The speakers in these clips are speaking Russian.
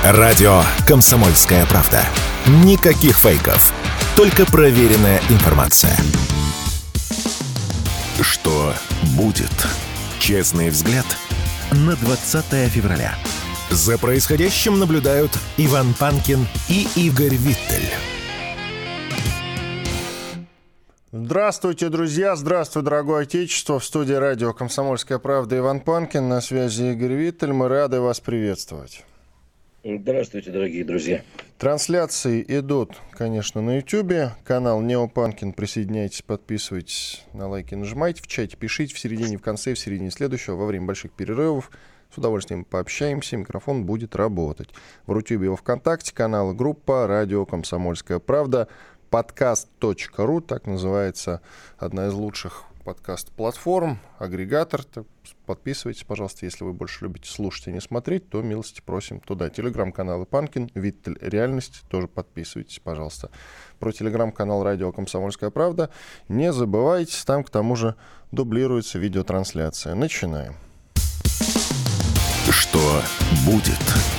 Радио «Комсомольская правда». Никаких фейков. Только проверенная информация. Что будет? Честный взгляд на 20 февраля. За происходящим наблюдают Иван Панкин и Игорь Виттель. Здравствуйте, друзья! Здравствуй, дорогое отечество! В студии радио «Комсомольская правда» Иван Панкин. На связи Игорь Виттель. Мы рады вас приветствовать. Здравствуйте, дорогие друзья. Трансляции идут, конечно, на YouTube. Канал Неопанкин. Присоединяйтесь, подписывайтесь, на лайки нажимайте, в чате пишите, в середине, в конце, в середине следующего, во время больших перерывов. С удовольствием пообщаемся, микрофон будет работать. В Рутюбе и во ВКонтакте канал и группа «Радио Комсомольская правда». Подкаст.ру, так называется одна из лучших подкаст-платформ, агрегатор. Подписывайтесь, пожалуйста, если вы больше любите слушать и не смотреть, то милости просим туда. Телеграм-канал Панкин, Виттель, Реальность, тоже подписывайтесь, пожалуйста. Про телеграм-канал «Радио Комсомольская правда» не забывайте, там к тому же дублируется видеотрансляция. Начинаем. Что будет?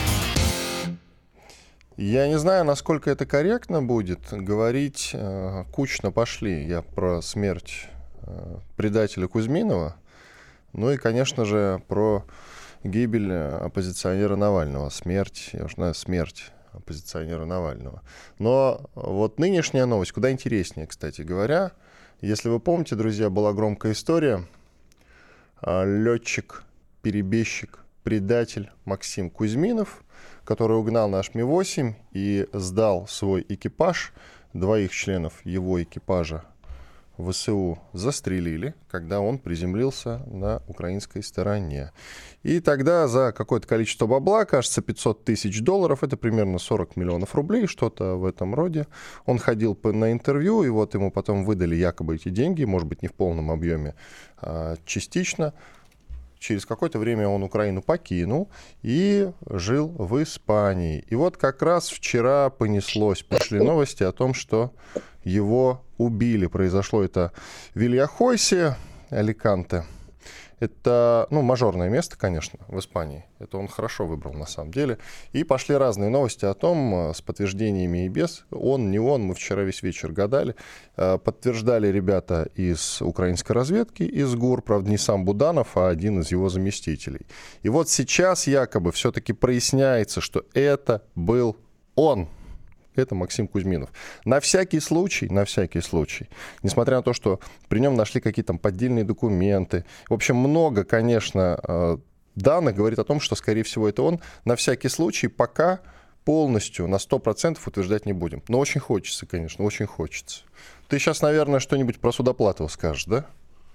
Я не знаю, насколько это корректно будет говорить. Кучно пошли я про смерть предателя Кузьминова. Ну и, конечно же, про гибель оппозиционера Навального. Смерть оппозиционера Навального. Но вот нынешняя новость куда интереснее, кстати говоря. Если вы помните, друзья, была громкая история. Летчик, перебежчик, предатель Максим Кузьминов, который угнал наш Ми-8 и сдал свой экипаж. 2 членов его экипажа ВСУ застрелили, когда он приземлился на украинской стороне. И тогда за какое-то количество бабла, кажется, $500 тысяч, это примерно 40 миллионов рублей, что-то в этом роде. Он ходил на интервью, и вот ему потом выдали якобы эти деньги, может быть, не в полном объеме, а частично. Через какое-то время он Украину покинул и жил в Испании. И вот как раз вчера пошли новости о том, что его убили. Произошло это в Вильяхойсе, Аликанте. Это, мажорное место, конечно, в Испании. Это он хорошо выбрал, на самом деле. И пошли разные новости о том, с подтверждениями и без. Он, не он, мы вчера весь вечер гадали. Подтверждали ребята из украинской разведки, из ГУР, правда, не сам Буданов, а один из его заместителей. И вот сейчас якобы все-таки проясняется, что это был он. Это Максим Кузьминов. На всякий случай, несмотря на то, что при нем нашли какие-то там поддельные документы, в общем, много, конечно, данных говорит о том, что, скорее всего, это он. На всякий случай пока полностью на 100% утверждать не будем. Но очень хочется, конечно, очень хочется. Ты сейчас, наверное, что-нибудь про Судоплатова скажешь, да?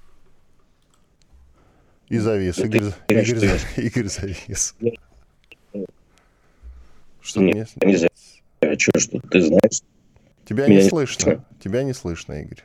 И завис. Игорь завис. Что мне... Не знаю. Что ты знаешь? Тебя не слышно, Игорь.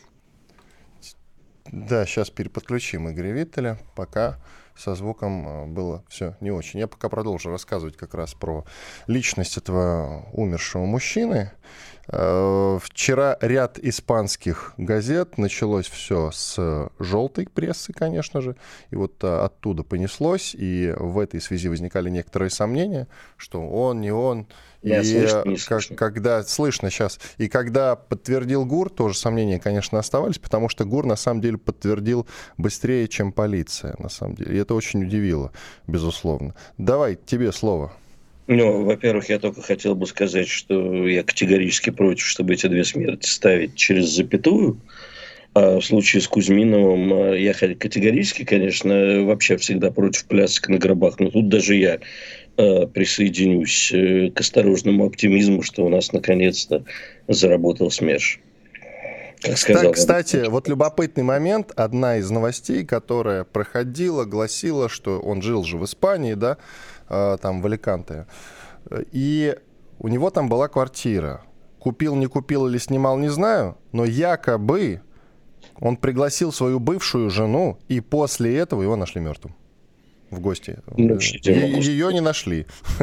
Да, сейчас переподключим Игоря Виттеля, пока со звуком было все не очень. Я пока продолжу рассказывать как раз про личность этого умершего мужчины. Вчера ряд испанских газет, началось все с желтой прессы, конечно же, и вот оттуда понеслось, и в этой связи возникали некоторые сомнения, что он, не он. Когда слышно сейчас, и когда подтвердил ГУР, тоже сомнения, конечно, оставались, потому что ГУР на самом деле подтвердил быстрее, чем полиция, на самом деле. И это очень удивило, безусловно. Давай, тебе слово. Во-первых, я только хотел бы сказать, что я категорически против, чтобы эти 2 смерти ставить через запятую. А в случае с Кузьминовым я категорически, конечно, вообще всегда против плясок на гробах. Но тут даже я присоединюсь к осторожному оптимизму, что у нас наконец-то заработал СМЕРШ. Кстати, вот любопытный момент. Одна из новостей, которая проходила, гласила, что он жил же в Испании, да, там в Аликанте. И у него там была квартира. Купил, не купил или снимал, не знаю, но якобы он пригласил свою бывшую жену, и после этого его нашли мертвым в гости. Ее не нашли.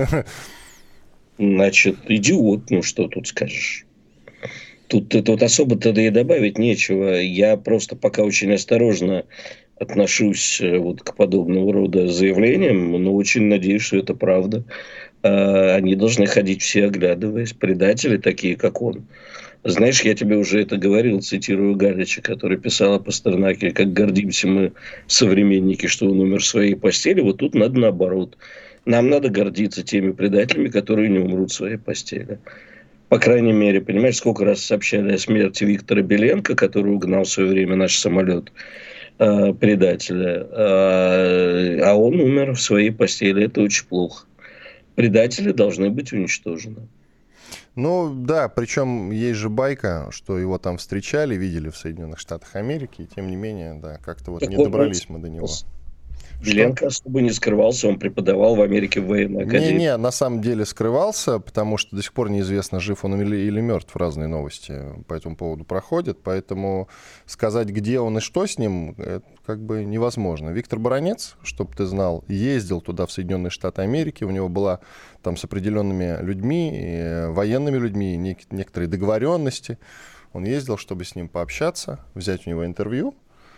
Значит, идиот, что тут скажешь. Тут особо-то и добавить нечего. Я просто пока очень осторожно отношусь вот к подобного рода заявлениям, но очень надеюсь, что это правда. они должны ходить все оглядываясь. Предатели такие, как он. Знаешь, я тебе уже это говорил, цитирую Галича, который писал о Пастернаке, как гордимся мы, современники, что он умер в своей постели. Вот тут надо наоборот. Нам надо гордиться теми предателями, которые не умрут в своей постели. По крайней мере, понимаешь, сколько раз сообщали о смерти Виктора Беленко, который угнал в свое время наш самолет, предателя. А он умер в своей постели. Это очень плохо. Предатели должны быть уничтожены. Ну да, причем есть же байка, что его там встречали, видели в Соединенных Штатах Америки, и тем не менее, да, как-то вот не добрались мы до него. Беленко особо не скрывался, он преподавал в Америке в военной академии. Не, на самом деле скрывался, потому что до сих пор неизвестно, жив он или мертв. Разные новости по этому поводу проходят, поэтому сказать, где он и что с ним, это как бы невозможно. Виктор Баранец, чтобы ты знал, ездил туда, в Соединенные Штаты Америки, у него была там с определенными людьми, военными людьми, некоторые договоренности. Он ездил, чтобы с ним пообщаться, взять у него интервью.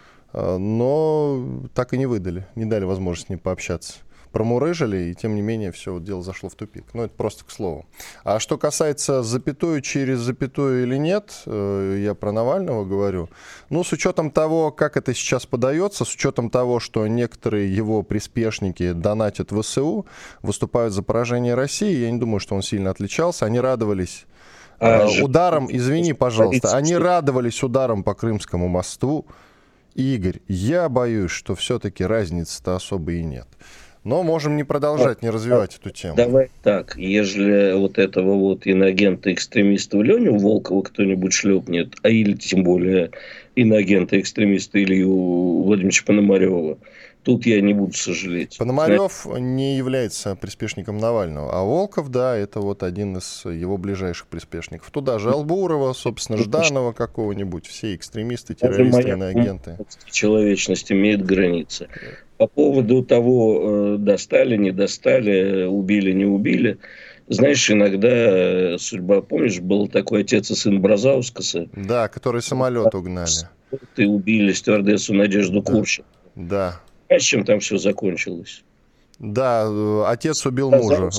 Но так и не выдали, не дали возможность с ним пообщаться. Промурыжили, и тем не менее все дело зашло в тупик. Ну, это просто к слову. А что касается запятую через запятую или нет, я про Навального говорю. Ну, с учетом того, как это сейчас подается, с учетом того, что некоторые его приспешники донатят в ВСУ, выступают за поражение России, я не думаю, что он сильно отличался. Они радовались ударом, извини, пожалуйста, они радовались ударом по Крымскому мосту. Игорь, я боюсь, что все-таки разницы-то особо и нет. Но можем не продолжать, не развивать эту тему. Давай так, ежели вот этого вот иноагента-экстремиста Леню Волкова кто-нибудь шлепнет, а или тем более иноагента-экстремиста Илью Владимировича Пономарева, тут я не буду сожалеть. Пономарев не является приспешником Навального, а Волков, да, это вот один из его ближайших приспешников. Туда же Албурова, собственно, Жданова какого-нибудь, все экстремисты, террористы, иноагенты. Человечность имеет границы. По поводу того, достали, не достали, убили, не убили, знаешь, иногда судьба, помнишь, был такой отец и сын Бразаускаса? Да, который самолет угнали. И убили стюардессу Надежду Курченко. Да. А с чем там все закончилось? Да, отец убил мужа.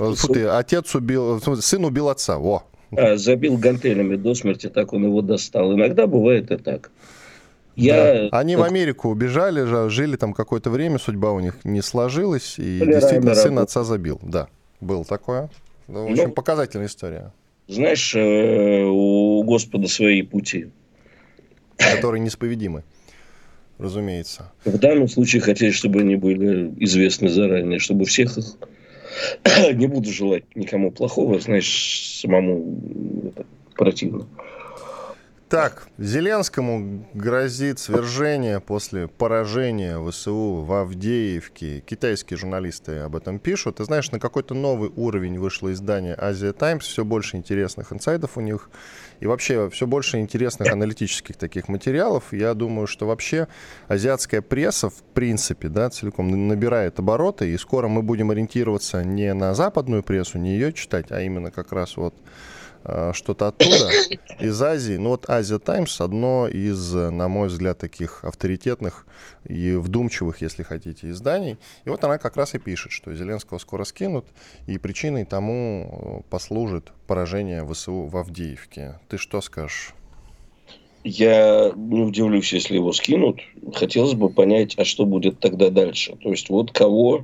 Сын убил отца. Во. Забил гантелями до смерти, так он его достал. Иногда бывает и так. Они в Америку убежали, жили там какое-то время, судьба у них не сложилась, и действительно сын отца забил. Да, было такое. В общем, показательная история. Знаешь, у Господа свои пути. Которые неисповедимы, разумеется. В данном случае хотели, чтобы они были известны заранее, чтобы всех их... Не буду желать никому плохого, знаешь, самому противно. Так, Зеленскому грозит свержение после поражения ВСУ в Авдеевке. Китайские журналисты об этом пишут. Ты знаешь, на какой-то новый уровень вышло издание Asia Times. Все больше интересных инсайдов у них. И вообще все больше интересных аналитических таких материалов. Я думаю, что вообще азиатская пресса, в принципе, да, целиком набирает обороты. И скоро мы будем ориентироваться не на западную прессу, не ее читать, а именно как раз вот что-то оттуда, из Азии. Ну вот Asia Times одно из, на мой взгляд, таких авторитетных и вдумчивых, если хотите, изданий. И вот она как раз и пишет, что Зеленского скоро скинут, и причиной тому послужит поражение ВСУ в Авдеевке. Ты что скажешь? Я не удивлюсь, если его скинут. Хотелось бы понять, а что будет тогда дальше. То есть вот кого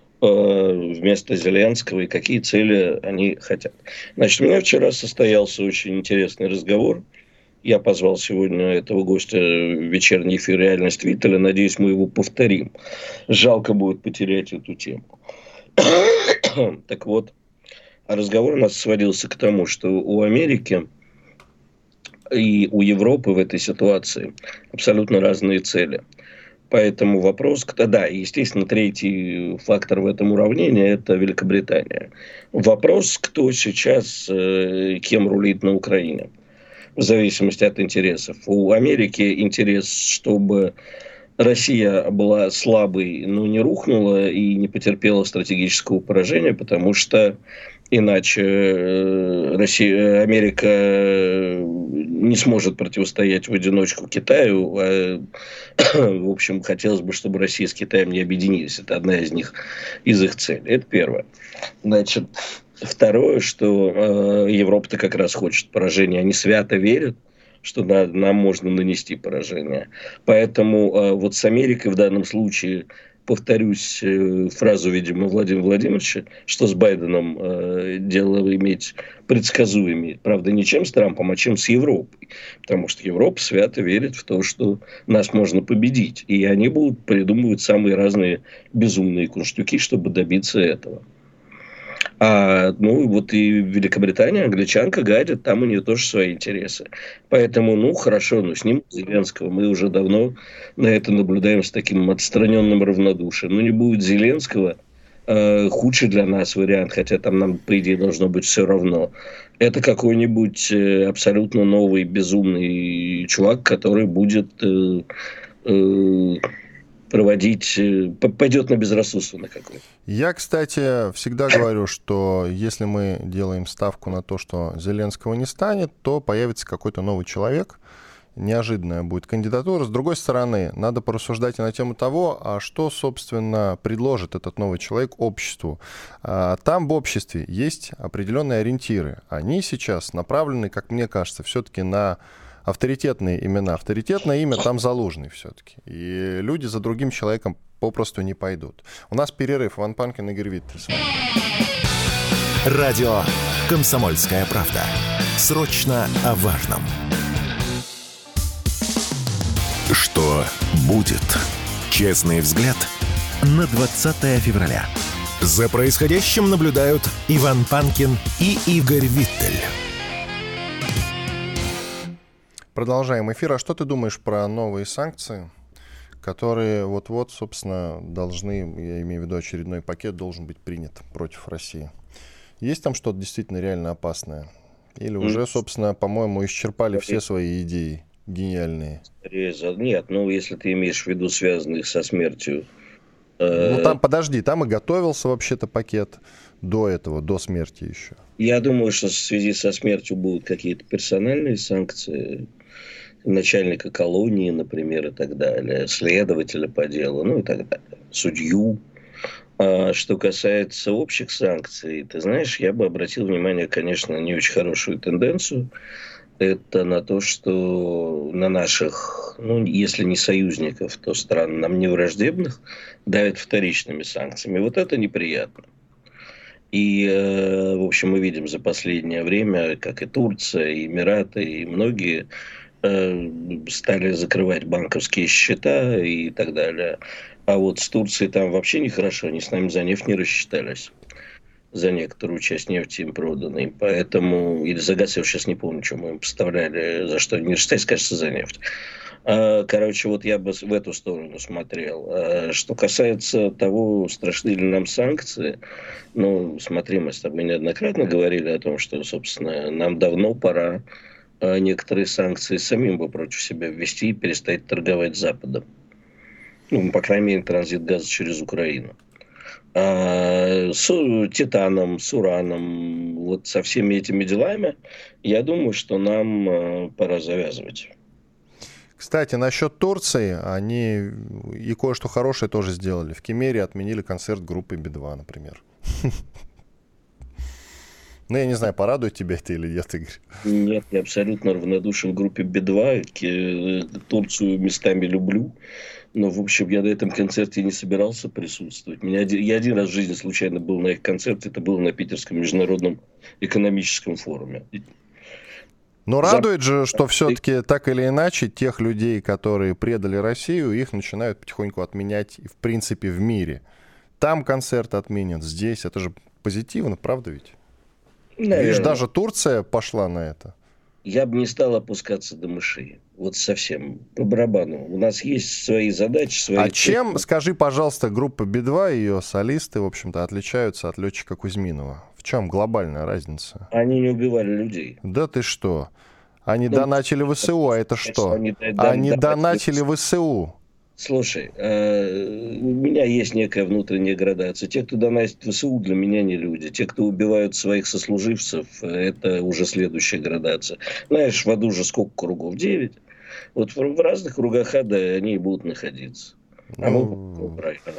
вместо Зеленского и какие цели они хотят. Значит, у меня вчера состоялся очень интересный разговор. Я позвал сегодня этого гостя в вечерний эфир «Реальность Виттеля». Надеюсь, мы его повторим. Жалко будет потерять эту тему. Так вот, разговор у нас сводился к тому, что у Америки и у Европы в этой ситуации абсолютно разные цели. Поэтому вопрос, да, естественно, третий фактор в этом уравнении – это Великобритания. Вопрос, кто сейчас, кем рулит на Украине, в зависимости от интересов. У Америки интерес, чтобы Россия была слабой, но не рухнула и не потерпела стратегического поражения, потому что иначе Америка не сможет противостоять в одиночку Китаю. В общем, хотелось бы, чтобы Россия с Китаем не объединились. Это одна из них, из их целей. Это первое. Значит, Второе, что Европа-то как раз хочет поражения. Они свято верят, что нам можно нанести поражение. Поэтому вот с Америкой в данном случае, повторюсь фразу, видимо, Владимира Владимировича, что с Байденом дело иметь предсказуемее. Правда, не чем с Трампом, а чем с Европой. Потому что Европа свято верит в то, что нас можно победить. И они будут придумывать самые разные безумные кунштюки, чтобы добиться этого. Вот и Великобритания, англичанка, гадит, там у нее тоже свои интересы. Поэтому, хорошо, с ним Зеленского мы уже давно на это наблюдаем с таким отстраненным равнодушием. Но не будет Зеленского, худший для нас вариант, хотя там нам, по идее, должно быть все равно. Это какой-нибудь абсолютно новый, безумный чувак, который будет пойдет на безрассудство на какое-то. Я, кстати, всегда говорю, что если мы делаем ставку на то, что Зеленского не станет, то появится какой-то новый человек, неожиданная будет кандидатура. С другой стороны, надо порассуждать и на тему того, а что, собственно, предложит этот новый человек обществу. Там в обществе есть определенные ориентиры. Они сейчас направлены, как мне кажется, все-таки на авторитетные имена. Авторитетное имя там Залужный все-таки. И люди за другим человеком попросту не пойдут. У нас перерыв. Иван Панкин, Игорь Виттель. Радио «Комсомольская правда». Срочно о важном. Что будет? Честный взгляд на 20 февраля. За происходящим наблюдают Иван Панкин и Игорь Виттель. Продолжаем эфир. А что ты думаешь про новые санкции, которые вот-вот, собственно, должны, я имею в виду очередной пакет, должен быть принят против России? Есть там что-то действительно реально опасное? Или уже, собственно, по-моему, исчерпали все свои идеи гениальные? Нет, если ты имеешь в виду связанных со смертью. Там, подожди, там и готовился вообще-то пакет до этого, до смерти еще. Я думаю, что в связи со смертью будут какие-то персональные санкции. Начальника колонии, например, и так далее, следователя по делу, и так далее, судью. А что касается общих санкций, ты знаешь, я бы обратил внимание, конечно, на не очень хорошую тенденцию. Это на то, что на наших, если не союзников, то стран нам не враждебных давят вторичными санкциями. Вот это неприятно. И, в общем, мы видим за последнее время, как и Турция, и Эмираты, и многие стали закрывать банковские счета и так далее. А вот с Турцией там вообще нехорошо, они с нами за нефть не рассчитались. За некоторую часть нефти им проданной. Поэтому, или за газ, я сейчас не помню, что мы им поставляли, за что не рассчитались, кажется, за нефть. Короче, я бы в эту сторону смотрел. Что касается того, страшны ли нам санкции, смотри, мы с тобой неоднократно говорили о том, что, собственно, нам давно пора некоторые санкции самим бы против себя ввести и перестать торговать с Западом. По крайней мере, транзит газа через Украину. С титаном, с ураном, со всеми этими делами, я думаю, что нам пора завязывать. Кстати, насчет Турции, они и кое-что хорошее тоже сделали. В Кемере отменили концерт группы Би-2, например. Я не знаю, порадует тебя это или нет, Игорь? Нет, я абсолютно равнодушен к группе Би-2. Турцию местами люблю. Но, в общем, я на этом концерте не собирался присутствовать. Я один раз в жизни случайно был на их концерте. Это было на Питерском международном экономическом форуме. Но радует же, что все-таки так или иначе тех людей, которые предали Россию, их начинают потихоньку отменять, в принципе, в мире. Там концерт отменят, здесь. Это же позитивно, правда ведь? Наверное. Видишь, даже Турция пошла на это. Я бы не стал опускаться до мышей. Вот совсем по барабану. У нас есть свои задачи, свои... А чем, скажи, пожалуйста, группа Би-2 и ее солисты, в общем-то, отличаются от летчика Кузьминова? В чем глобальная разница? Они не убивали людей. Да ты что? Они донатили ВСУ, а это что? Они донатили ВСУ. Слушай, у меня есть некая внутренняя градация. Те, кто донатит ВСУ, для меня не люди. Те, кто убивают своих сослуживцев, это уже следующая градация. Знаешь, в аду же сколько кругов? 9. Вот в разных кругах ада они и будут находиться.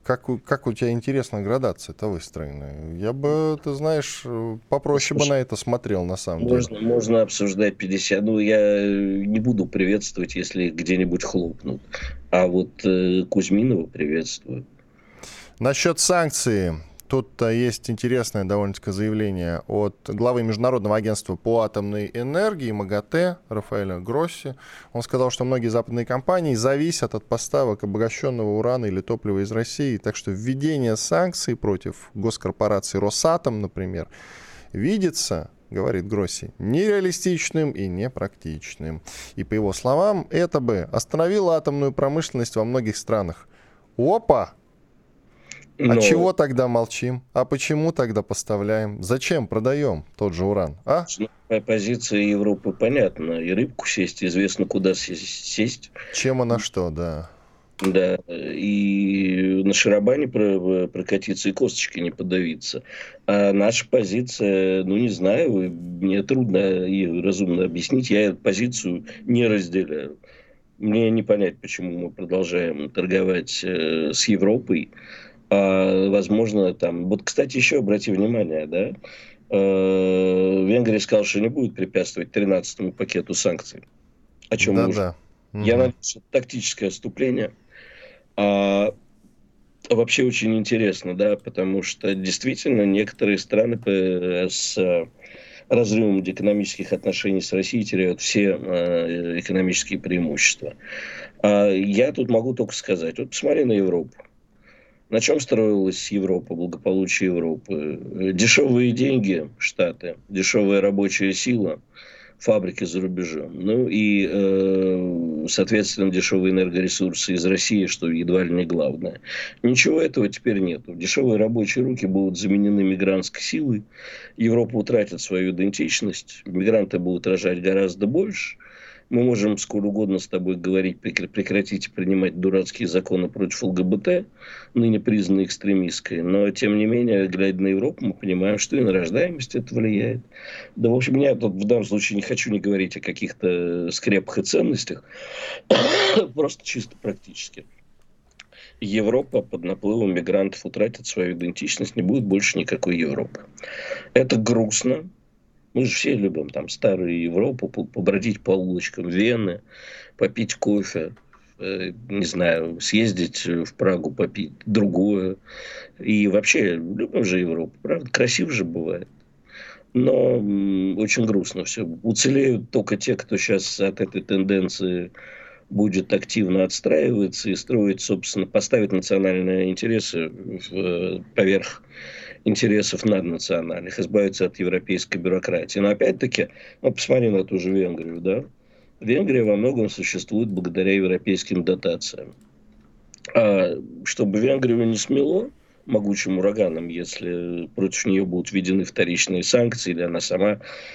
Как у тебя интересно градация-то выстроена? Я бы, ты знаешь, попроще бы на это смотрел, на самом деле. Можно обсуждать 50. Ну, я не буду приветствовать, если где-нибудь хлопнут. А вот Кузьминова приветствую. Насчет санкций. Тут есть интересное довольно-таки заявление от главы Международного агентства по атомной энергии МАГАТЭ Рафаэля Гросси. Он сказал, что многие западные компании зависят от поставок обогащенного урана или топлива из России. Так что введение санкций против госкорпорации Росатом, например, видится, говорит Гросси, нереалистичным и непрактичным. И по его словам, это бы остановило атомную промышленность во многих странах. Опа! А чего тогда молчим? А почему тогда поставляем? Зачем продаем тот же уран? А? Позиция Европы понятна. И рыбку сесть, известно, куда сесть. Чем она что, да. Да, и на шарабане прокатиться, и косточки не подавиться. А наша позиция, ну, не знаю, мне трудно и разумно объяснить. Я эту позицию не разделяю. Мне не понять, почему мы продолжаем торговать с Европой. Возможно, там... Вот, кстати, еще обрати внимание, да, Венгрия сказала, что не будет препятствовать 13-му пакету санкций. О чем мы уже... Я надеюсь, что это тактическое отступление. Вообще очень интересно, да, потому что действительно некоторые страны с разрывом экономических отношений с Россией теряют все экономические преимущества. Я тут могу только сказать, вот посмотри на Европу. На чем строилась Европа, благополучие Европы? Дешевые деньги, Штаты, дешевая рабочая сила, фабрики за рубежом. Ну и, соответственно, дешевые энергоресурсы из России, что едва ли не главное. Ничего этого теперь нет. Дешевые рабочие руки будут заменены мигрантской силой. Европа утратит свою идентичность. Мигранты будут рожать гораздо больше. Мы можем сколько угодно с тобой говорить, прекратите принимать дурацкие законы против ЛГБТ, ныне признанной экстремистской. Но, тем не менее, глядя на Европу, мы понимаем, что и на рождаемость это влияет. Да, в общем, я тут в данном случае не хочу не говорить о каких-то скрепах и ценностях. Просто чисто практически. Европа под наплывом мигрантов утратит свою идентичность, не будет больше никакой Европы. Это грустно. Мы же все любим там старую Европу, побродить по улочкам Вены, попить кофе, не знаю, съездить в Прагу, попить другое. И вообще любим же Европу, правда? Красиво же бывает. Но очень грустно все. Уцелеют только те, кто сейчас от этой тенденции будет активно отстраиваться и строить, собственно, поставить национальные интересы поверх интересов наднациональных, избавиться от европейской бюрократии. Но опять-таки, посмотри на ту же Венгрию, да? Венгрия во многом существует благодаря европейским дотациям. А чтобы Венгрию не смело могучим ураганом, если против нее будут введены вторичные санкции, или она сама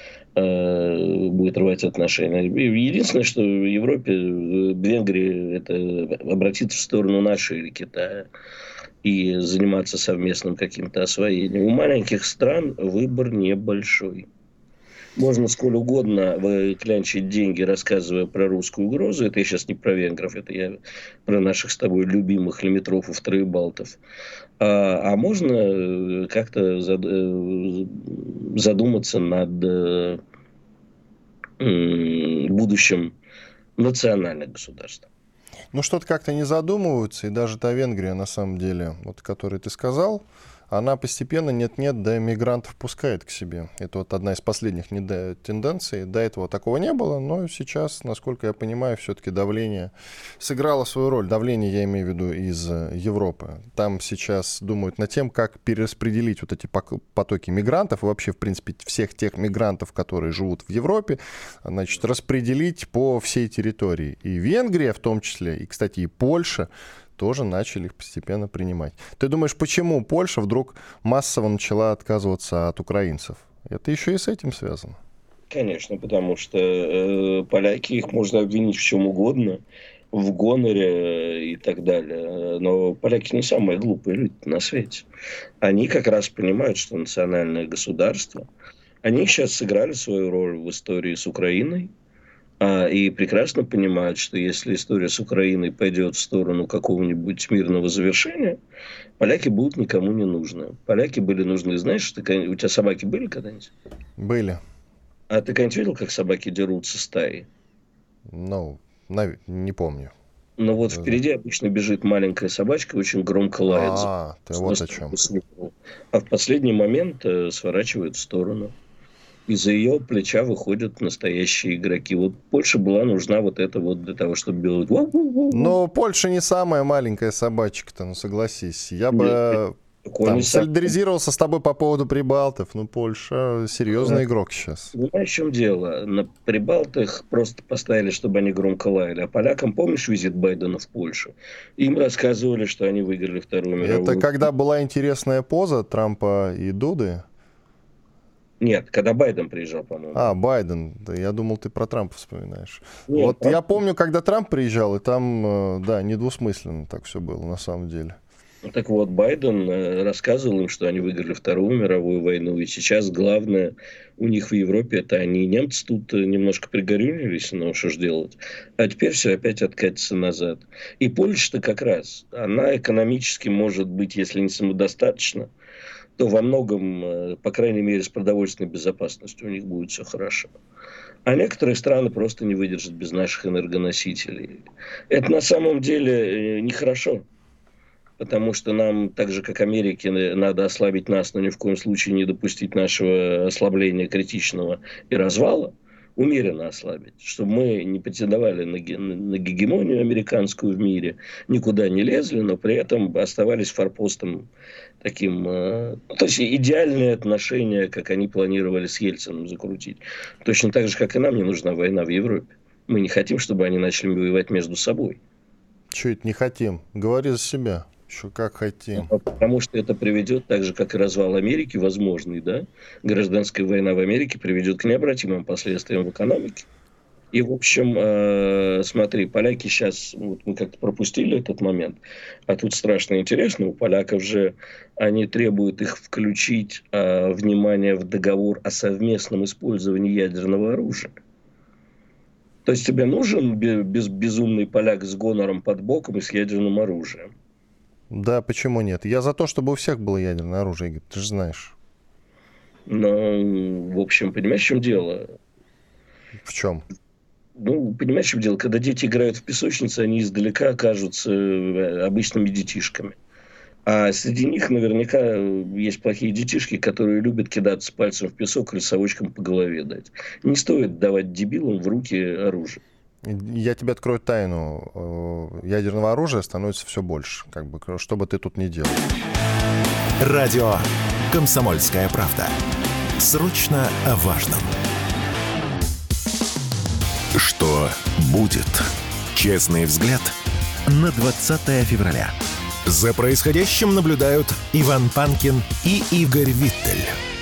будет рвать отношения. Единственное, что в Европе, в Венгрии, это обратиться в сторону нашей или Китая и заниматься совместным каким-то освоением. У маленьких стран выбор небольшой. Можно сколь угодно клянчить деньги, рассказывая про русскую угрозу. Это я сейчас не про венгров, это я про наших с тобой любимых лимитрофов, троебалтов. А можно как-то задуматься над будущим национальных государств. Ну, что-то как-то не задумываются, и даже та Венгрия, на самом деле, вот, которую ты сказал, она постепенно, нет-нет, да, мигрантов пускает к себе. Это вот одна из последних тенденций. До этого такого не было, но сейчас, насколько я понимаю, все-таки давление сыграло свою роль. Давление, я имею в виду, из Европы. Там сейчас думают над тем, как перераспределить вот эти потоки мигрантов, и вообще, в принципе, всех тех мигрантов, которые живут в Европе, значит, распределить по всей территории. И Венгрия в том числе, и, кстати, и Польша, тоже начали их постепенно принимать. Ты думаешь, почему Польша вдруг массово начала отказываться от украинцев? Это еще и с этим связано? Конечно, потому что поляки, их можно обвинить в чем угодно, в гоноре и так далее. Но поляки не самые глупые люди на свете. Они как раз понимают, что национальное государство, они сейчас сыграли свою роль в истории с Украиной. И прекрасно понимают, что если история с Украиной пойдет в сторону какого-нибудь мирного завершения, поляки будут никому не нужны. Поляки были нужны, знаешь, у тебя собаки были когда-нибудь? Были. А ты когда-нибудь видел, как собаки дерутся стаей? Ну, не помню. Но вот впереди обычно бежит маленькая собачка, очень громко лает. Ты вот о чем. А в последний момент сворачивает в сторону. Из-за ее плеча выходят настоящие игроки. Вот Польша была нужна вот это вот для того, чтобы делать... Но Польша не самая маленькая собачка-то, ну согласись. Я бы солидаризировался с тобой по поводу прибалтов. Ну, Польша серьезный игрок сейчас. Понимаешь, в чем дело? На прибалтах просто поставили, чтобы они громко лаяли. А полякам, помнишь визит Байдена в Польшу? Им рассказывали, что они выиграли Вторую мировую. Это когда была интересная поза Трампа и Дуды? Нет, когда Байден приезжал, по-моему. Байден. Да, я думал, ты про Трампа вспоминаешь. Нет, вот я помню, когда Трамп приезжал, и там, да, недвусмысленно так все было на самом деле. Так вот, Байден рассказывал им, что они выиграли Вторую мировую войну, и сейчас главное у них в Европе это они. Немцы тут немножко пригорюнились, но что ж делать. А теперь все опять откатится назад. И Польша-то как раз, она экономически может быть, если не самодостаточна, то во многом, по крайней мере, с продовольственной безопасностью у них будет все хорошо. А некоторые страны просто не выдержат без наших энергоносителей. Это на самом деле нехорошо. Потому что нам, так же как Америке, надо ослабить нас, но ни в коем случае не допустить нашего ослабления критичного и развала, умеренно ослабить, чтобы мы не претендовали на гегемонию американскую в мире, никуда не лезли, но при этом оставались форпостом таким, то есть идеальные отношения, как они планировали с Ельциным закрутить. Точно так же, как и нам не нужна война в Европе. Мы не хотим, чтобы они начали воевать между собой. Чего это не хотим? Говори за себя. Еще как хотим. Потому что это приведет, так же, как и развал Америки, возможный, да, гражданская война в Америке приведет к необратимым последствиям в экономике. И, в общем, смотри, поляки сейчас, вот мы как-то пропустили этот момент, а тут страшно интересно, у поляков же, они требуют их включить внимание в договор о совместном использовании ядерного оружия. То есть тебе нужен безумный поляк с гонором под боком и с ядерным оружием? Да, почему нет? Я за то, чтобы у всех было ядерное оружие, Игорь, ты же знаешь. Ну, в общем, понимаешь, в чем дело? В чем? Ну, понимаешь, в чем дело? Когда дети играют в песочнице, они издалека окажутся обычными детишками. А среди них наверняка есть плохие детишки, которые любят кидаться пальцем в песок или совочком по голове дать. Не стоит давать дебилам в руки оружие. Я тебе открою тайну. Ядерного оружия становится все больше, как бы, что бы ты тут ни делал. Радио «Комсомольская правда». Срочно о важном. Что будет? Честный взгляд на 20 февраля. За происходящим наблюдают Иван Панкин и Игорь Виттель.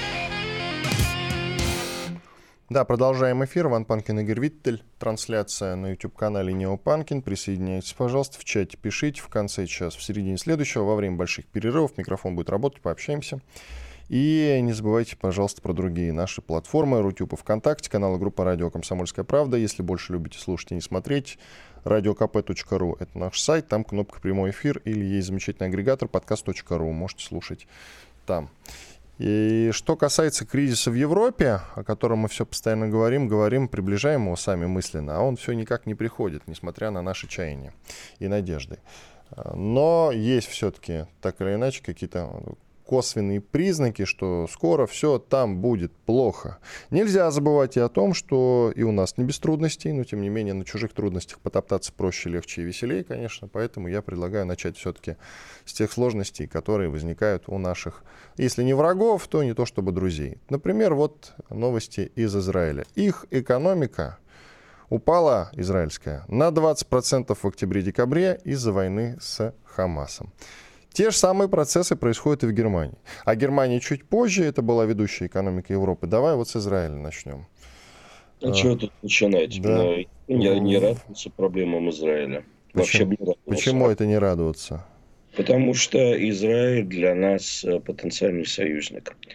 Да, продолжаем эфир. Иван Панкин, Игорь Виттель. Трансляция на YouTube-канале Неопанкин. Присоединяйтесь, пожалуйста, в чате пишите. В конце часа, в середине следующего, во время больших перерывов микрофон будет работать, пообщаемся. И не забывайте, пожалуйста, про другие наши платформы. Рутюб и ВКонтакте, канал и группа «Радио Комсомольская правда». Если больше любите слушать и не смотреть, radiokp.ru — это наш сайт. Там кнопка «Прямой эфир» или есть замечательный агрегатор podcast.ru. Можете слушать там. И что касается кризиса в Европе, о котором мы все постоянно говорим, приближаем его сами мысленно, а он все никак не приходит, несмотря на наши чаяния и надежды. Но есть все-таки, так или иначе, какие-то косвенные признаки, что скоро все там будет плохо. Нельзя забывать и о том, что и у нас не без трудностей, но тем не менее на чужих трудностях потоптаться проще, легче и веселее, конечно. Поэтому я предлагаю начать все-таки с тех сложностей, которые возникают у наших, если не врагов, то не то чтобы друзей. Например, вот новости из Израиля. Их экономика упала, израильская, на 20% в октябре-декабре из-за войны с Хамасом. Те же самые процессы происходят и в Германии. А Германия чуть позже, это была ведущая экономика Европы. Давай вот с Израиля начнем. А чего тут начинать? Да. Я не радуюсь проблемам Израиля. Почему это не радоваться? Потому что Израиль для нас потенциальный союзник.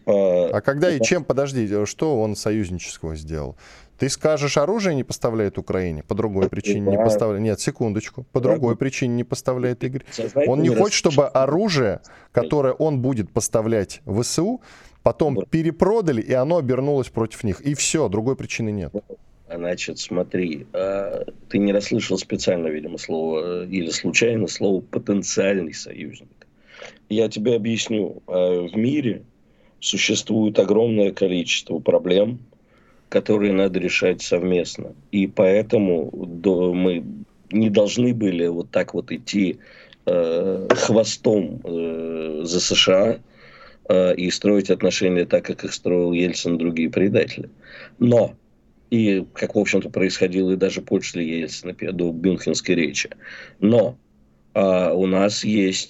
А когда и чем, подожди, что он союзнического сделал? Ты скажешь, оружие не поставляет Украине, по другой причине не поставляет. Нет, секундочку, по другой причине не поставляет, Игорь. Он не хочет, чтобы оружие, которое он будет поставлять в ВСУ, потом перепродали, и оно обернулось против них. И все, другой причины нет. Значит, смотри, ты не расслышал специально, видимо, слово, или случайно слово «потенциальный союзник». Я тебе объясню. В мире существует огромное количество проблем, которые надо решать совместно. И поэтому мы не должны были вот так вот идти хвостом за США и строить отношения так, как их строил Ельцин и другие предатели. Но, и как, в общем-то, происходило и даже после Ельцина, до Мюнхенской речи. Но у нас есть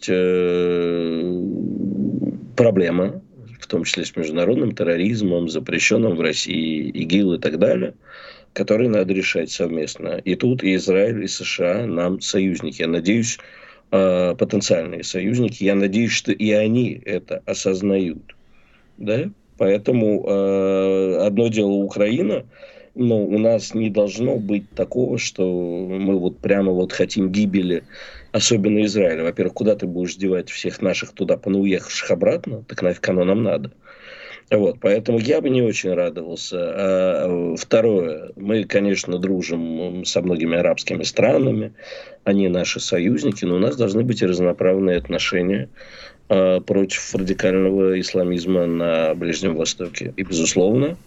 проблема, в том числе с международным терроризмом, запрещенным в России ИГИЛ и так далее, которые надо решать совместно. И тут и Израиль, и США нам союзники. Я надеюсь, потенциальные союзники. Я надеюсь, что и они это осознают. Да? Поэтому одно дело Украина, но у нас не должно быть такого, что мы вот прямо вот хотим гибели, особенно Израиля. Во-первых, куда ты будешь девать всех наших туда понауехавших обратно? Так нафиг оно нам надо. Вот, поэтому я бы не очень радовался. Второе, мы, конечно, дружим со многими арабскими странами, они наши союзники, но у нас должны быть и разноправные отношения против радикального исламизма на Ближнем Востоке. И, безусловно,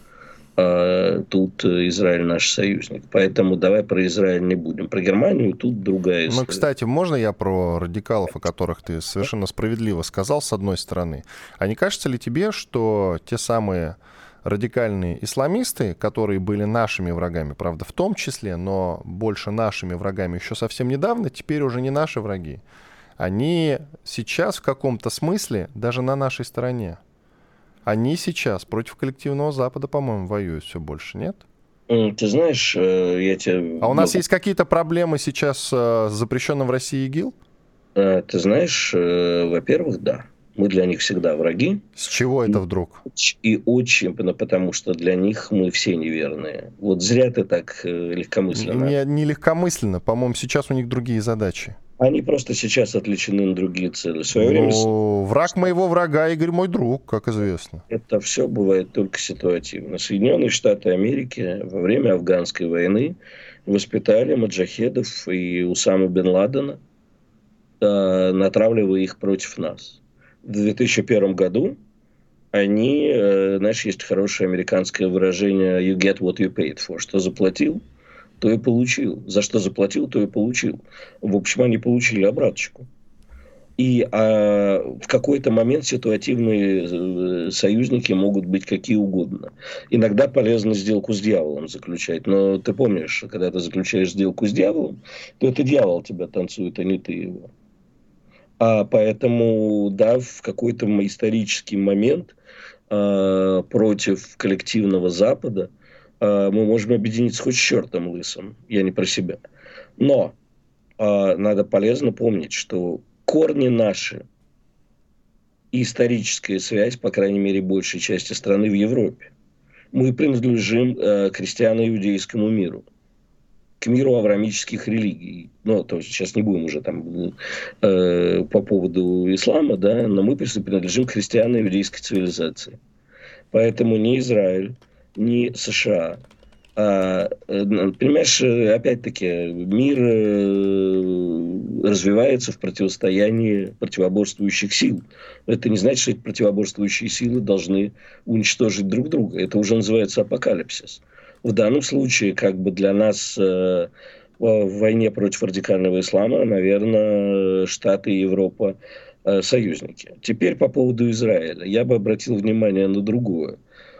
тут Израиль наш союзник. Поэтому давай про Израиль не будем. Про Германию тут другая история. Ну, кстати, можно я про радикалов, о которых ты совершенно справедливо сказал, с одной стороны? А не кажется ли тебе, что те самые радикальные исламисты, которые были нашими врагами, правда, в том числе, но больше нашими врагами еще совсем недавно, теперь уже не наши враги? Они сейчас в каком-то смысле даже на нашей стороне. Они сейчас против коллективного Запада, по-моему, воюют все больше, нет? Ты знаешь, я тебе... А у нас есть какие-то проблемы сейчас с запрещенным в России ИГИЛ? Ты знаешь, во-первых, да. Мы для них всегда враги. С чего это вдруг? И очень, потому что для них мы все неверные. Вот зря ты так легкомысленно. Не легкомысленно. По-моему, сейчас у них другие задачи. Они просто сейчас отвлечены на другие цели. В свое время... Враг моего врага, Игорь, мой друг, как известно. Это все бывает только ситуативно. Соединенные Штаты Америки во время афганской войны воспитали маджахедов и Усаму бен Ладена, натравливая их против нас. В 2001 году они, знаешь, есть хорошее американское выражение «you get what you paid for», что заплатил, то и получил. За что заплатил, то и получил. В общем, они получили обраточку. И в какой-то момент ситуативные союзники могут быть какие угодно. Иногда полезно сделку с дьяволом заключать. Но ты помнишь, когда ты заключаешь сделку с дьяволом, то это дьявол тебя танцует, а не ты его. Поэтому, да, в какой-то исторический момент против коллективного Запада мы можем объединиться хоть с чертом лысым. Я не про себя. Но надо полезно помнить, что корни наши и историческая связь, по крайней мере, большей части страны в Европе. Мы принадлежим к христиано-иудейскому миру, к миру авраамических религий. Ну, то есть сейчас не будем уже там по поводу ислама, да, но мы принадлежим к христиано-иудейской цивилизации. Поэтому ни Израиль, ни США. Понимаешь, опять-таки, мир развивается в противостоянии противоборствующих сил. Это не значит, что эти противоборствующие силы должны уничтожить друг друга. Это уже называется апокалипсис. В данном случае, как бы для нас в войне против радикального ислама, наверное, Штаты и Европа союзники. Теперь по поводу Израиля. Я бы обратил внимание на другое.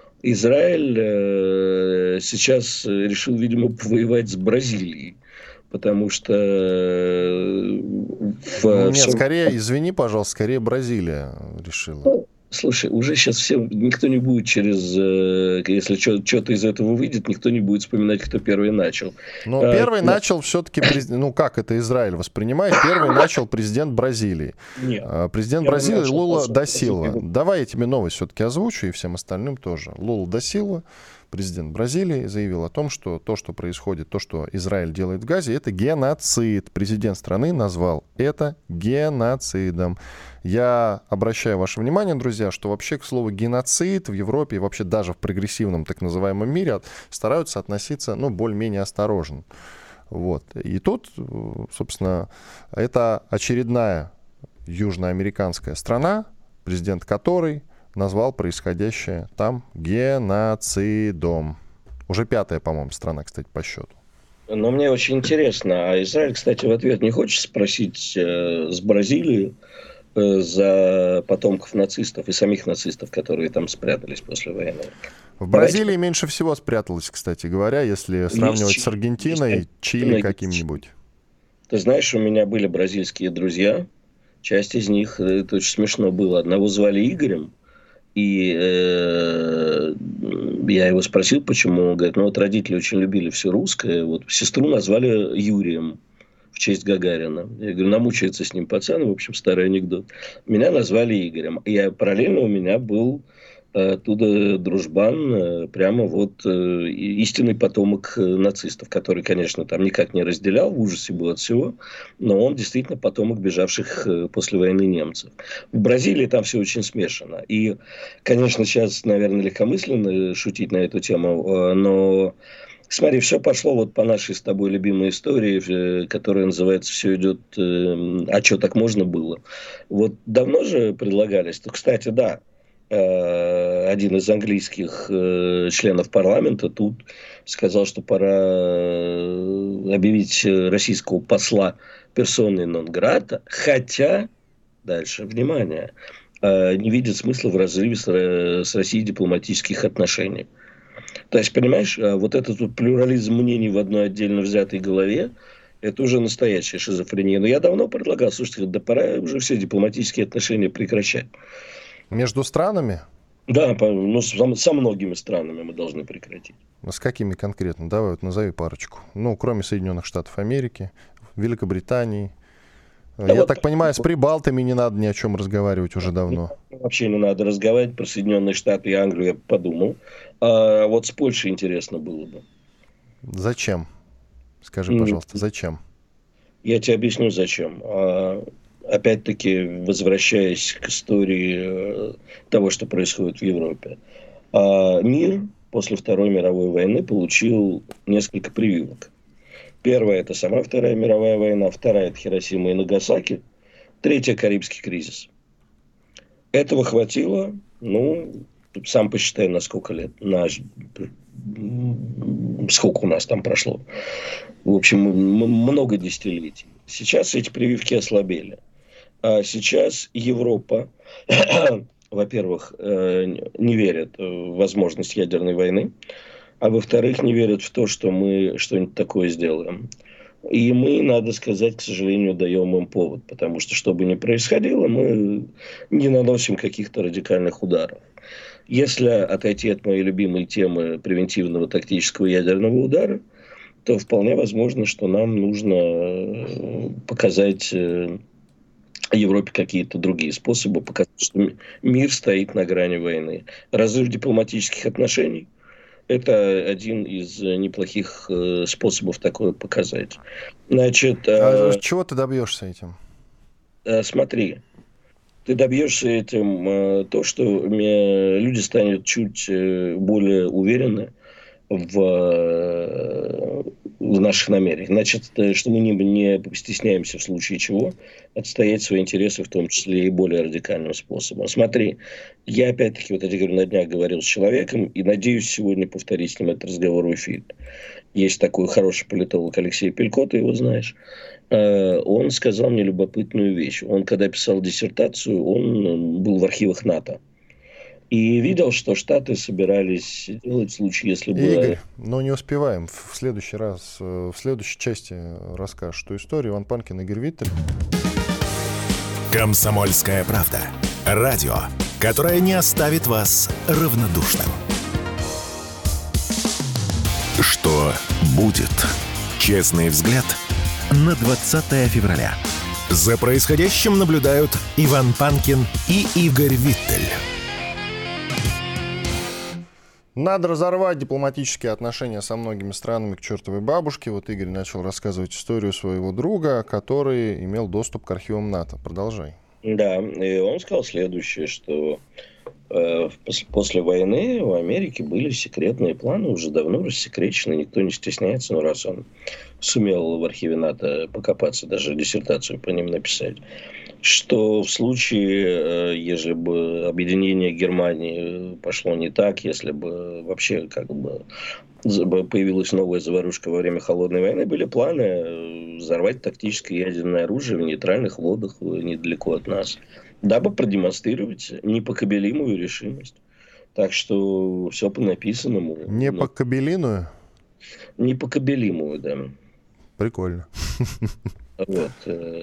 Израиль сейчас решил, видимо, повоевать с Бразилией, потому что... Нет, скорее, извини, пожалуйста, скорее Бразилия решила. Слушай, уже сейчас никто не будет если что-то из этого выйдет, никто не будет вспоминать, кто первый начал. Но первый начал все-таки, как это Израиль воспринимает, первый начал президент Бразилии. Нет. Президент Бразилии Лула да Силва. Давай я тебе новость все-таки озвучу, и всем остальным тоже. Лула да Силва, президент Бразилии, заявил о том, что то, что происходит, то, что Израиль делает в Газе, это геноцид. Президент страны назвал это геноцидом. Я обращаю ваше внимание, друзья, что вообще к слову геноцид в Европе и вообще даже в прогрессивном так называемом мире стараются относиться, более-менее осторожно. Вот. И тут, собственно, это очередная южноамериканская страна, президент которой назвал происходящее там геноцидом. Уже 5-я, по-моему, страна, кстати, по счету. Но мне очень интересно, а Израиль, кстати, в ответ не хочет спросить с Бразилии за потомков нацистов и самих нацистов, которые там спрятались после войны? В Бразилии меньше всего спряталось, кстати говоря, если сравнивать с Аргентиной, Чили каким-нибудь. Ты знаешь, у меня были бразильские друзья. Часть из них, это очень смешно было. Одного звали Игорем. И я его спросил, почему. Он говорит, родители очень любили все русское. Вот сестру назвали Юрием в честь Гагарина. Я говорю, намучается с ним пацан. В общем, старый анекдот. Меня назвали Игорем. И параллельно у меня был оттуда дружбан, прямо истинный потомок нацистов, который, конечно, там никак не разделял, в ужасе был от всего, но он действительно потомок бежавших после войны немцев. В Бразилии там все очень смешано. И, конечно, сейчас, наверное, легкомысленно шутить на эту тему, но смотри, все пошло по нашей с тобой любимой истории, которая называется «Все идет, а что, так можно было?». Вот давно же предлагались, кстати, да, один из английских членов парламента тут сказал, что пора объявить российского посла персоной нон-грата, хотя, дальше, внимание, не видит смысла в разрыве с Россией дипломатических отношений. То есть, понимаешь, вот этот плюрализм мнений в одной отдельно взятой голове, это уже настоящая шизофрения. Но я давно предлагал, слушайте, да пора уже все дипломатические отношения прекращать. Между странами? Да, со многими странами мы должны прекратить. С какими конкретно? Давай назови парочку. Кроме Соединенных Штатов Америки, Великобритании. Я так понимаю, с прибалтами не надо ни о чем разговаривать уже давно. Вообще не надо разговаривать про Соединенные Штаты и Англию, я подумал. А вот с Польшей интересно было бы. Зачем? Скажи, пожалуйста, зачем? Я тебе объясню, зачем. Опять-таки, возвращаясь к истории того, что происходит в Европе. Мир после Второй мировой войны получил несколько прививок. Первая – это сама Вторая мировая война. Вторая – это Хиросима и Нагасаки. Третья – Карибский кризис. Этого хватило, сам посчитай, на сколько лет. Сколько у нас там прошло. В общем, много десятилетий. Сейчас эти прививки ослабели. А сейчас Европа, во-первых, не верит в возможность ядерной войны, а во-вторых, не верит в то, что мы что-нибудь такое сделаем. И мы, надо сказать, к сожалению, даем им повод, потому что бы ни происходило, мы не наносим каких-то радикальных ударов. Если отойти от моей любимой темы превентивного тактического ядерного удара, то вполне возможно, что нам нужно показать Европе какие-то другие способы, показать, что мир стоит на грани войны. Разрыв дипломатических отношений – это один из неплохих способов такое показать. Значит, чего ты добьешься этим? Смотри, ты добьешься этим то, что люди станут чуть более уверены в наших намерениях. Значит, что мы не стесняемся в случае чего отстоять свои интересы, в том числе и более радикальным способом. Смотри, я опять-таки, на днях говорил с человеком, и надеюсь сегодня повторить с ним этот разговор в эфире. Есть такой хороший политолог Алексей Пелько, ты его знаешь. Он сказал мне любопытную вещь. Он, когда писал диссертацию, он был в архивах НАТО. И видел, что Штаты собирались делать в случае, если бы... Игорь, не успеваем. В следующий раз, в следующей части расскажешь эту историю. Иван Панкин, Игорь Виттель. «Комсомольская правда». Радио, которая не оставит вас равнодушным. Что будет? Честный взгляд на 20 февраля. За происходящим наблюдают Иван Панкин и Игорь Виттель. Надо разорвать дипломатические отношения со многими странами к чертовой бабушке. Вот Игорь начал рассказывать историю своего друга, который имел доступ к архивам НАТО. Продолжай. Да, и он сказал следующее, что после войны у Америки были секретные планы, уже давно рассекречены, никто не стесняется, но раз он сумел в архиве НАТО покопаться, даже диссертацию по ним написать, что в случае, если бы объединение Германии пошло не так, если бы вообще появилась новая заварушка во время Холодной войны, были планы взорвать тактическое ядерное оружие в нейтральных водах недалеко от нас, дабы продемонстрировать непоколебимую решимость. Так что все по написанному. Непоколебимую? Непоколебимую, да. Прикольно. Вот.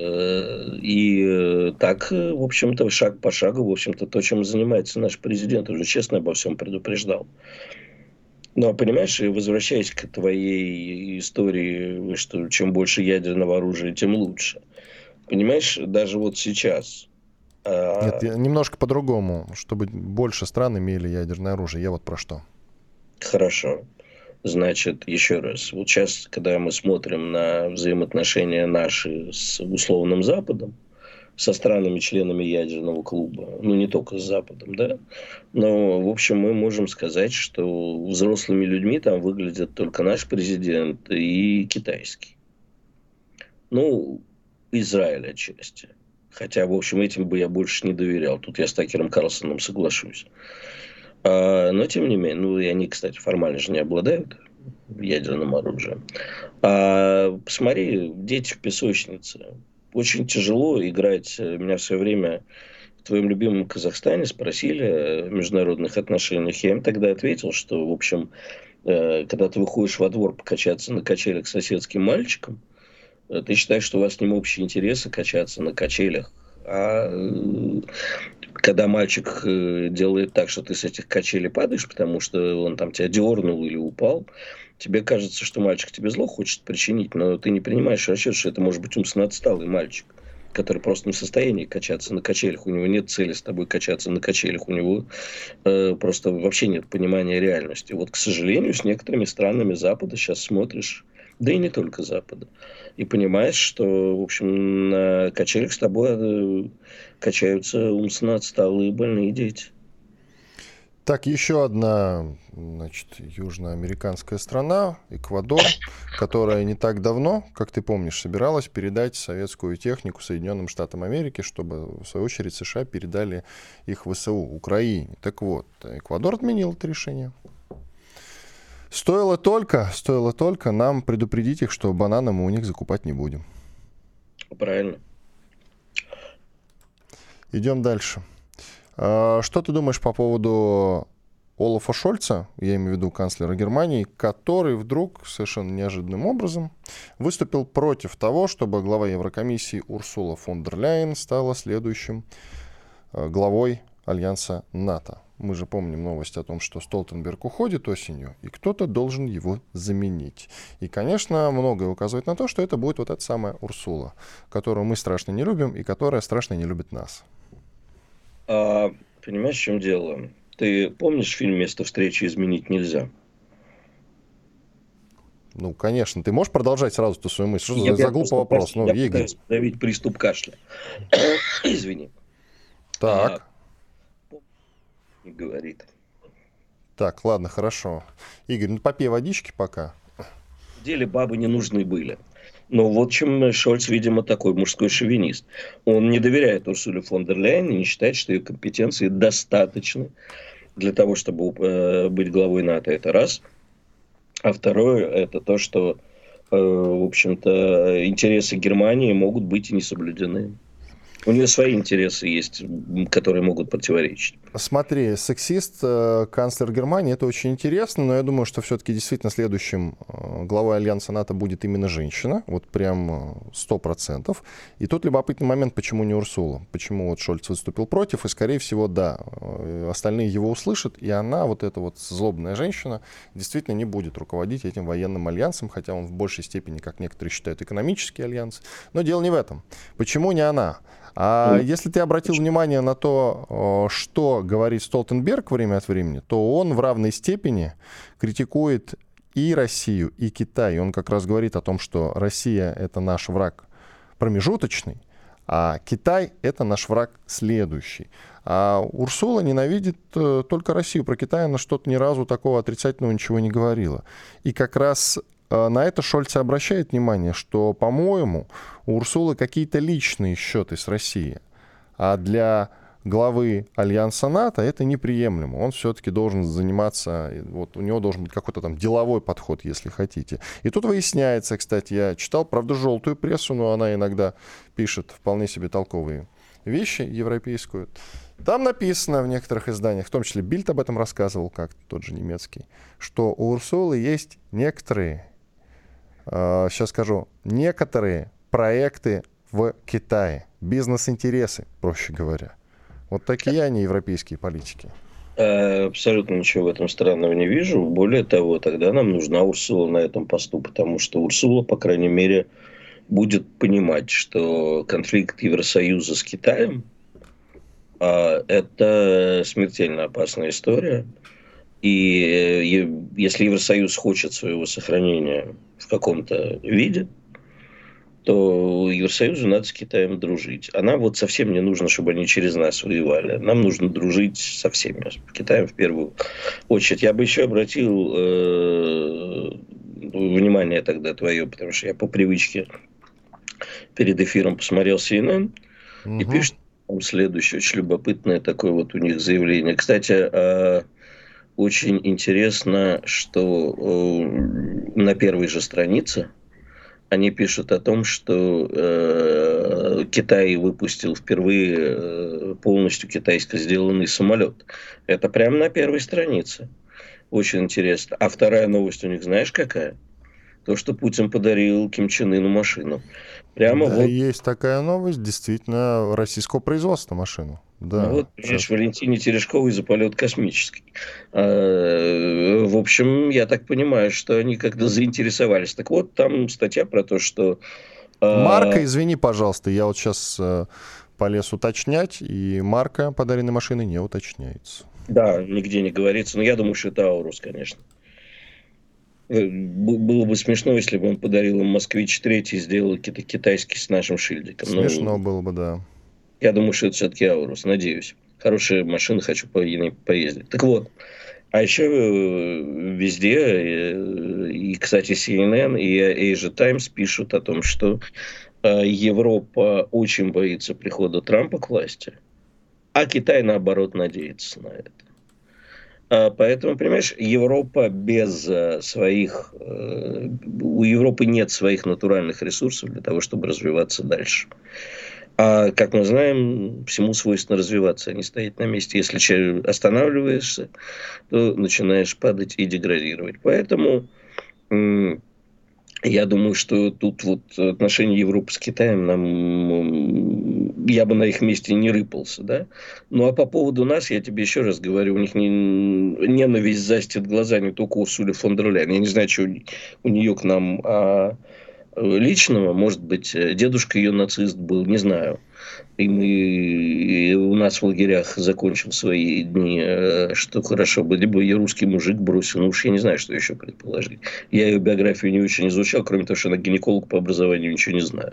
И так, в общем-то, шаг по шагу, в общем-то, то, чем занимается наш президент, уже честно обо всем предупреждал. Но, понимаешь, возвращаясь к твоей истории, что чем больше ядерного оружия, тем лучше. Понимаешь, даже вот сейчас... Нет, немножко по-другому, чтобы больше стран имели ядерное оружие. Я вот про что. Хорошо. Значит, еще раз, вот сейчас, когда мы смотрим на взаимоотношения наши с условным Западом, со странами-членами ядерного клуба, ну, не только с Западом, да, но, в общем, мы можем сказать, что взрослыми людьми там выглядят только наш президент и китайский. Ну, Израиль отчасти. Хотя, в общем, этим бы я больше не доверял. Тут я с Такером Карлсоном соглашусь. Но, тем не менее, ну, и они, кстати, формально же не обладают ядерным оружием. Посмотри, дети в песочнице. Очень тяжело играть. Меня в свое время в твоем любимом Казахстане спросили о международных отношениях. Я им тогда ответил, что, в общем, когда ты выходишь во двор покачаться на качелях с соседским мальчиком, ты считаешь, что у вас с ним общие интересы качаться на качелях. А когда мальчик делает так, что ты с этих качелей падаешь, потому что он там тебя дернул или упал, тебе кажется, что мальчик тебе зло хочет причинить, но ты не принимаешь расчет, что это может быть умственно отсталый мальчик, который просто не в состоянии качаться на качелях. У него нет цели с тобой качаться на качелях. У него просто вообще нет понимания реальности. Вот, к сожалению, с некоторыми странами Запада сейчас смотришь, да и не только Запада, и понимаешь, что, в общем, на качелях с тобой качаются умственно отсталые больные дети. Так, еще одна, значит, южноамериканская страна, Эквадор, которая не так давно, как ты помнишь, собиралась передать советскую технику Соединенным Штатам Америки, чтобы, в свою очередь, США передали их ВСУ, Украине. Так вот, Эквадор отменил это решение. Стоило только нам предупредить их, что бананы мы у них закупать не будем. Правильно. Идем дальше. Что ты думаешь по поводу Олафа Шольца, я имею в виду канцлера Германии, который вдруг совершенно неожиданным образом выступил против того, чтобы глава Еврокомиссии Урсула фон дер Ляйен стала следующим главой Альянса НАТО? Мы же помним новость о том, что Столтенберг уходит осенью, и кто-то должен его заменить. И, конечно, многое указывает на то, что это будет вот эта самая Урсула, которую мы страшно не любим и которая страшно не любит нас. Понимаешь, в чем дело? Ты помнишь фильм «Место встречи изменить нельзя»? Ну, конечно. Ты можешь продолжать сразу эту свою мысль? Что за глупый вопрос? Ну, я Игорь. пытаюсь подавить приступ кашля. Извини. Так. Не говорит. Так, ладно, хорошо. Игорь, ну попей водички пока. В деле бабы не нужны были. Но вот чем Шольц, видимо, такой мужской шовинист. Он не доверяет Урсуле фон дер Ляйен и не считает, что ее компетенции достаточны для того, чтобы быть главой НАТО. Это раз. А второе, это то, что, в общем-то, интересы Германии могут быть и не соблюдены. У нее свои интересы есть, которые могут противоречить. Смотри, сексист, канцлер Германии, это очень интересно, но я думаю, что все-таки действительно следующим главой Альянса НАТО будет именно женщина, вот прям 100%. И тут любопытный момент, почему не Урсула, почему вот Шольц выступил против, и, скорее всего, да, остальные его услышат, и она, вот эта вот злобная женщина, действительно не будет руководить этим военным альянсом, хотя он в большей степени, как некоторые считают, экономический альянс. Но дело не в этом. Почему не она? А если ты обратил внимание на то, что говорит Столтенберг время от времени, то он в равной степени критикует и Россию, и Китай. Он как раз говорит о том, что Россия — это наш враг промежуточный, а Китай — это наш враг следующий. А Урсула ненавидит только Россию. Про Китай она что-то ни разу такого отрицательного ничего не говорила. И как раз на это Шольц обращает внимание, что, по-моему, у Урсулы какие-то личные счеты с Россией. А для главы Альянса НАТО это неприемлемо. Он все-таки должен заниматься, вот у него должен быть какой-то там деловой подход, если хотите. И тут выясняется, кстати, я читал, правда, желтую прессу, но она иногда пишет вполне себе толковые вещи, европейскую. Там написано в некоторых изданиях, в том числе Бильд об этом рассказывал, как тот же немецкий, что у Урсулы есть некоторые, сейчас скажу, некоторые проекты в Китае, бизнес-интересы, проще говоря. Вот такие они, европейские политики. Абсолютно ничего в этом странного не вижу. Более того, тогда нам нужна Урсула на этом посту, потому что Урсула, по крайней мере, будет понимать, что конфликт Евросоюза с Китаем это смертельно опасная история. И если Евросоюз хочет своего сохранения в каком-то виде, то Евросоюзу надо с Китаем дружить. А нам вот совсем не нужно, чтобы они через нас воевали. Нам нужно дружить со всеми. С Китаем в первую очередь. Я бы еще обратил внимание тогда твое, потому что я по привычке перед эфиром посмотрел CNN и пишет там следующее, очень любопытное такое вот у них заявление. Кстати, очень интересно, что на первой же странице они пишут о том, что Китай выпустил впервые полностью китайско сделанный самолет. Это прямо на первой странице. Очень интересно. А вторая новость у них знаешь какая? То, что Путин подарил Ким Чен Ыну машину. Прямо да, вот... есть такая новость, действительно, российского производства машину. Да, ну вот, видишь, Валентине Терешковой за полет космический. В общем, я так понимаю, что они как-то заинтересовались. Так вот, там статья про то, что... Марка, извини, пожалуйста, я вот сейчас полез уточнять, и марка подаренной машины не уточняется. Да, нигде не говорится, но я думаю, что это Аурус, конечно. Было бы смешно, если бы он подарил им Москвич-3 и сделал какие-то китайские с нашим шильдиком. Смешно было бы, да. Я думаю, что это все-таки Аурус, надеюсь. Хорошая машина, хочу поездить. Так вот, а еще везде, и, кстати, CNN и Asia Times пишут о том, что Европа очень боится прихода Трампа к власти, а Китай, наоборот, надеется на это. Поэтому, понимаешь, Европа без своих... У Европы нет своих натуральных ресурсов для того, чтобы развиваться дальше. А, как мы знаем, всему свойственно развиваться, а не стоять на месте. Если останавливаешься, то начинаешь падать и деградировать. Поэтому я думаю, что тут вот отношения Европы с Китаем я бы на их месте не рыпался, да. Ну, а по поводу нас, я тебе еще раз говорю, у них ненависть застит глаза не только Урсуле фон дер Ляйен. Я не знаю, что у нее к нам личного, может быть, дедушка ее нацист был, не знаю. И у нас в лагерях закончил свои дни, что хорошо бы, либо ее русский мужик бросил, ну уж я не знаю, что еще предположить. Я ее биографию не очень изучал, кроме того, что она гинеколог по образованию, ничего не знаю.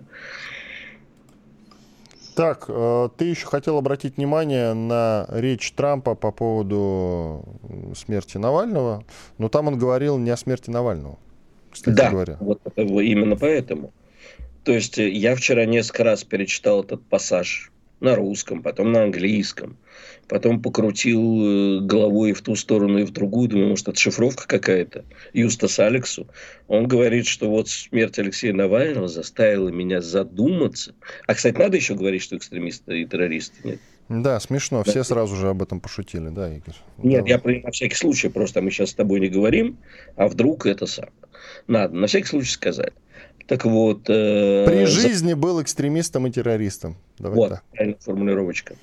Так, ты еще хотел обратить внимание на речь Трампа по поводу смерти Навального, но там он говорил не о смерти Навального, кстати говоря. Вот именно поэтому. То есть я вчера несколько раз перечитал этот пассаж на русском, потом на английском, потом покрутил головой и в ту сторону, и в другую, думаю, может, это шифровка какая-то, Юстас Алексу. Он говорит, что вот смерть Алексея Навального заставила меня задуматься. А, кстати, надо еще говорить, что экстремисты и террористы, нет? Да, смешно. Все сразу же об этом пошутили, да, Игорь? Нет, я на всякий случай, просто мы сейчас с тобой не говорим, а вдруг это сам. Надо на всякий случай сказать. Так вот... При жизни был экстремистом и террористом. Давай вот, так. правильная формулировочка.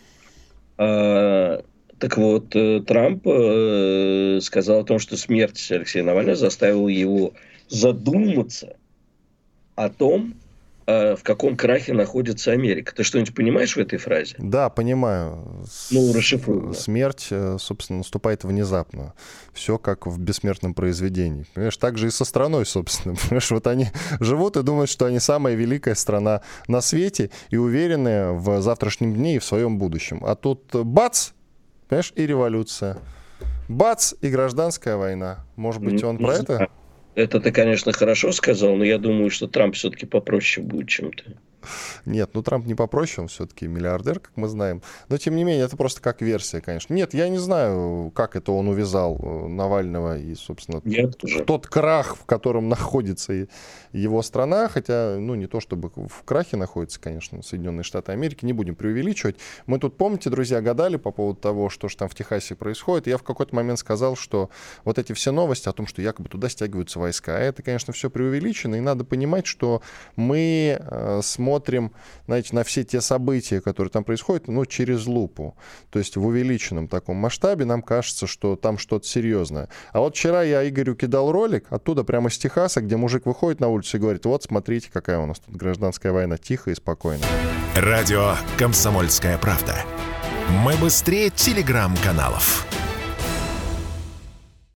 Так вот, Трамп сказал о том, что смерть Алексея Навального заставила его задуматься о том, в каком крахе находится Америка. Ты что-нибудь понимаешь в этой фразе? Да, понимаю. Ну, расшифруй. Смерть, собственно, наступает внезапно. Все как в бессмертном произведении. Понимаешь, так же и со страной, собственно. Понимаешь, вот они живут и думают, что они самая великая страна на свете и уверены в завтрашнем дне и в своем будущем. А тут бац, понимаешь, и революция. Бац, и гражданская война. Может быть, он про это? Это ты, конечно, хорошо сказал, но я думаю, что Трамп все-таки попроще будет, чем ты. Нет, ну Трамп не попроще, он все-таки миллиардер, как мы знаем. Но, тем не менее, это просто как версия, конечно. Нет, я не знаю, как это он увязал Навального и, собственно, тот крах, в котором находится его страна. Хотя, ну, не то чтобы в крахе находится, конечно, Соединенные Штаты Америки. Не будем преувеличивать. Мы тут, помните, друзья, гадали по поводу того, что же там в Техасе происходит. Я в какой-то момент сказал, что вот эти все новости о том, что якобы туда стягиваются войска, это, конечно, все преувеличено. И надо понимать, что мы смотрим, знаете, на все те события, которые там происходят, ну, через лупу. То есть в увеличенном таком масштабе нам кажется, что там что-то серьезное. А вот вчера я Игорю кидал ролик оттуда прямо с Техаса, где мужик выходит на улицу и говорит: вот, смотрите, какая у нас тут гражданская война, тихо и спокойно. Радио «Комсомольская правда». Мы быстрее телеграм-каналов.